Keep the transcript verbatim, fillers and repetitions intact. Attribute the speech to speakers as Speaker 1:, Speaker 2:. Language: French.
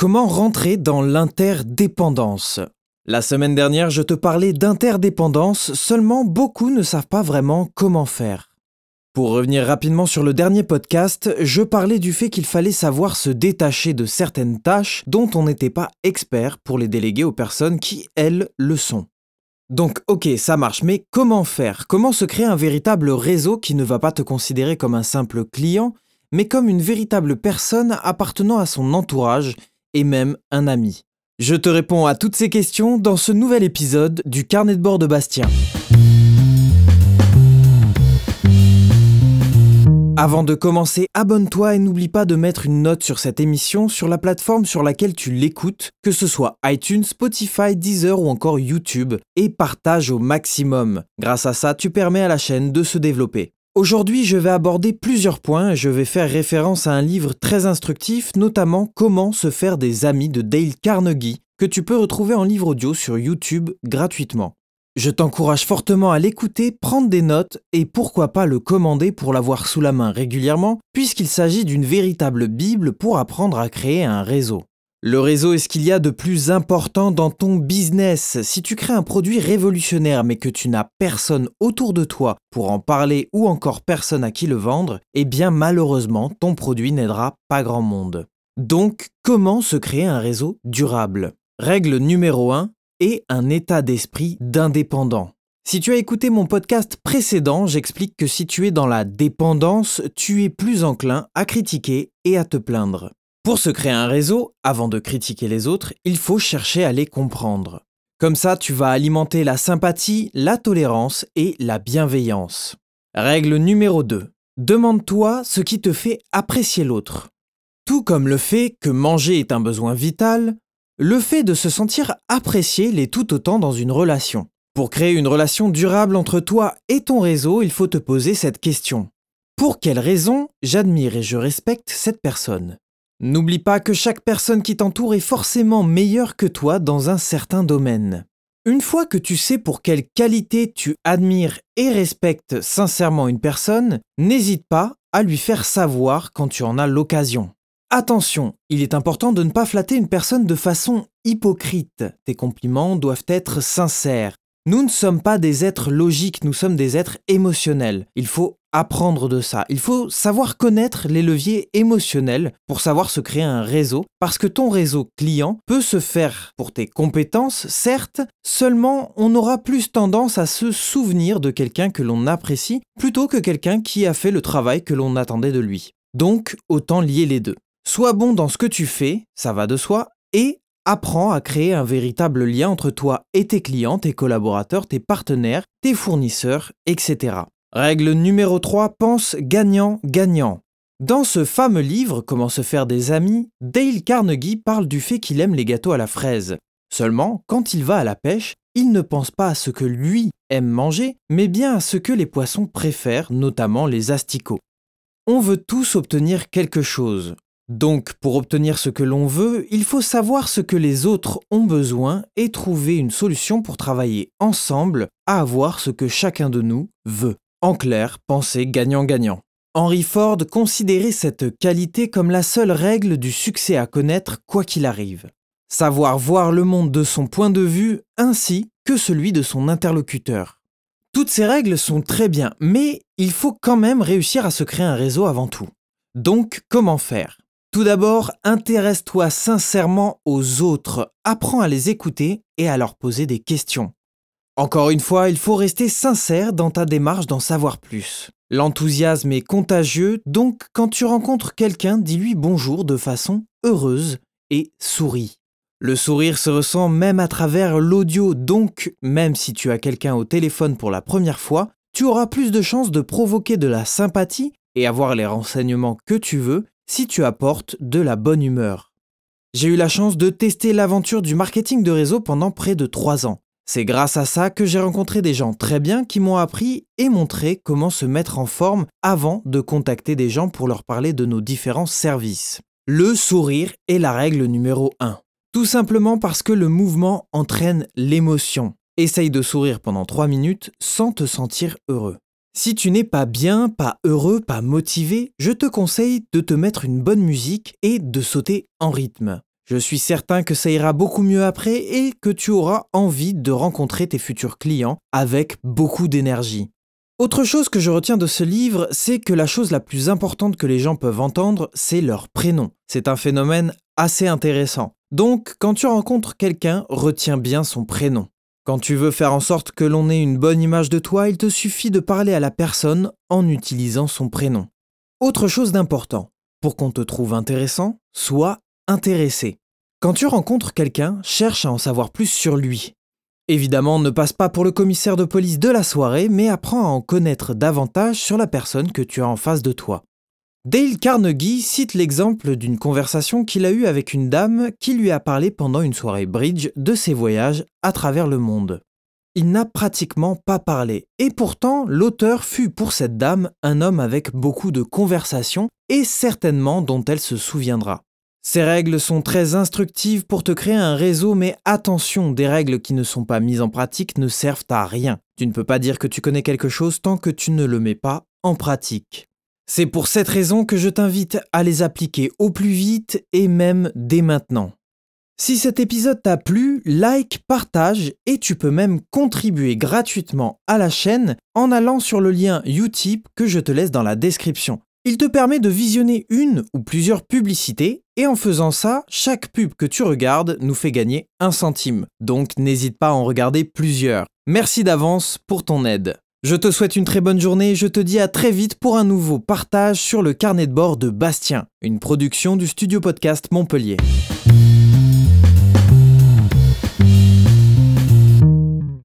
Speaker 1: Comment rentrer dans l'interdépendance ? La semaine dernière, je te parlais d'interdépendance, seulement beaucoup ne savent pas vraiment comment faire. Pour revenir rapidement sur le dernier podcast, je parlais du fait qu'il fallait savoir se détacher de certaines tâches dont on n'était pas expert pour les déléguer aux personnes qui, elles, le sont. Donc ok, ça marche, mais comment faire ? Comment se créer un véritable réseau qui ne va pas te considérer comme un simple client, mais comme une véritable personne appartenant à son entourage et même un ami ? Je te réponds à toutes ces questions dans ce nouvel épisode du Carnet de bord de Bastien. Avant de commencer, abonne-toi et n'oublie pas de mettre une note sur cette émission sur la plateforme sur laquelle tu l'écoutes, que ce soit iTunes, Spotify, Deezer ou encore YouTube, et partage au maximum. Grâce à ça, tu permets à la chaîne de se développer. Aujourd'hui, je vais aborder plusieurs points et je vais faire référence à un livre très instructif, notamment Comment se faire des amis de Dale Carnegie, que tu peux retrouver en livre audio sur YouTube gratuitement. Je t'encourage fortement à l'écouter, prendre des notes et pourquoi pas le commander pour l'avoir sous la main régulièrement, puisqu'il s'agit d'une véritable bible pour apprendre à créer un réseau. Le réseau est ce qu'il y a de plus important dans ton business. Si tu crées un produit révolutionnaire mais que tu n'as personne autour de toi pour en parler ou encore personne à qui le vendre, eh bien malheureusement ton produit n'aidera pas grand monde. Donc, comment se créer un réseau durable ? Règle numéro un. Et un état d'esprit d'indépendant. Si tu as écouté mon podcast précédent, j'explique que si tu es dans la dépendance, tu es plus enclin à critiquer et à te plaindre. Pour se créer un réseau, avant de critiquer les autres, il faut chercher à les comprendre. Comme ça, tu vas alimenter la sympathie, la tolérance et la bienveillance. Règle numéro deux. Demande-toi ce qui te fait apprécier l'autre. Tout comme le fait que manger est un besoin vital, le fait de se sentir apprécié l'est tout autant dans une relation. Pour créer une relation durable entre toi et ton réseau, il faut te poser cette question. Pour quelles raisons j'admire et je respecte cette personne ? N'oublie pas que chaque personne qui t'entoure est forcément meilleure que toi dans un certain domaine. Une fois que tu sais pour quelles qualités tu admires et respectes sincèrement une personne, n'hésite pas à lui faire savoir quand tu en as l'occasion. Attention, il est important de ne pas flatter une personne de façon hypocrite. Tes compliments doivent être sincères. Nous ne sommes pas des êtres logiques, nous sommes des êtres émotionnels. Il faut apprendre de ça. Il faut savoir connaître les leviers émotionnels pour savoir se créer un réseau, parce que ton réseau client peut se faire pour tes compétences, certes, seulement on aura plus tendance à se souvenir de quelqu'un que l'on apprécie plutôt que quelqu'un qui a fait le travail que l'on attendait de lui. Donc, autant lier les deux. Sois bon dans ce que tu fais, ça va de soi, et apprends à créer un véritable lien entre toi et tes clients, tes collaborateurs, tes partenaires, tes fournisseurs, et cetera. Règle numéro trois, pense gagnant-gagnant. Dans ce fameux livre, Comment se faire des amis, Dale Carnegie parle du fait qu'il aime les gâteaux à la fraise. Seulement, quand il va à la pêche, il ne pense pas à ce que lui aime manger, mais bien à ce que les poissons préfèrent, notamment les asticots. On veut tous obtenir quelque chose. Donc, pour obtenir ce que l'on veut, il faut savoir ce que les autres ont besoin et trouver une solution pour travailler ensemble à avoir ce que chacun de nous veut. En clair, penser gagnant-gagnant. Henry Ford considérait cette qualité comme la seule règle du succès à connaître quoi qu'il arrive. Savoir voir le monde de son point de vue ainsi que celui de son interlocuteur. Toutes ces règles sont très bien, mais il faut quand même réussir à se créer un réseau avant tout. Donc, comment faire ? Tout d'abord, intéresse-toi sincèrement aux autres, apprends à les écouter et à leur poser des questions. Encore une fois, il faut rester sincère dans ta démarche d'en savoir plus. L'enthousiasme est contagieux, donc quand tu rencontres quelqu'un, dis-lui bonjour de façon heureuse et souris. Le sourire se ressent même à travers l'audio, donc même si tu as quelqu'un au téléphone pour la première fois, tu auras plus de chances de provoquer de la sympathie et avoir les renseignements que tu veux si tu apportes de la bonne humeur. J'ai eu la chance de tester l'aventure du marketing de réseau pendant près de trois ans. C'est grâce à ça que j'ai rencontré des gens très bien qui m'ont appris et montré comment se mettre en forme avant de contacter des gens pour leur parler de nos différents services. Le sourire est la règle numéro un. Tout simplement parce que le mouvement entraîne l'émotion. Essaye de sourire pendant trois minutes sans te sentir heureux. Si tu n'es pas bien, pas heureux, pas motivé, je te conseille de te mettre une bonne musique et de sauter en rythme. Je suis certain que ça ira beaucoup mieux après et que tu auras envie de rencontrer tes futurs clients avec beaucoup d'énergie. Autre chose que je retiens de ce livre, c'est que la chose la plus importante que les gens peuvent entendre, c'est leur prénom. C'est un phénomène assez intéressant. Donc, quand tu rencontres quelqu'un, retiens bien son prénom. Quand tu veux faire en sorte que l'on ait une bonne image de toi, il te suffit de parler à la personne en utilisant son prénom. Autre chose d'important, pour qu'on te trouve intéressant, sois intéressé. Quand tu rencontres quelqu'un, cherche à en savoir plus sur lui. Évidemment, ne passe pas pour le commissaire de police de la soirée, mais apprends à en connaître davantage sur la personne que tu as en face de toi. Dale Carnegie cite l'exemple d'une conversation qu'il a eue avec une dame qui lui a parlé pendant une soirée bridge de ses voyages à travers le monde. Il n'a pratiquement pas parlé, et pourtant l'auteur fut pour cette dame un homme avec beaucoup de conversations et certainement dont elle se souviendra. Ces règles sont très instructives pour te créer un réseau, mais attention, des règles qui ne sont pas mises en pratique ne servent à rien. Tu ne peux pas dire que tu connais quelque chose tant que tu ne le mets pas en pratique. C'est pour cette raison que je t'invite à les appliquer au plus vite et même dès maintenant. Si cet épisode t'a plu, like, partage et tu peux même contribuer gratuitement à la chaîne en allant sur le lien Utip que je te laisse dans la description. Il te permet de visionner une ou plusieurs publicités et en faisant ça, chaque pub que tu regardes nous fait gagner un centime. Donc n'hésite pas à en regarder plusieurs. Merci d'avance pour ton aide. Je te souhaite une très bonne journée et je te dis à très vite pour un nouveau partage sur le carnet de bord de Bastien, une production du Studio Podcast Montpellier.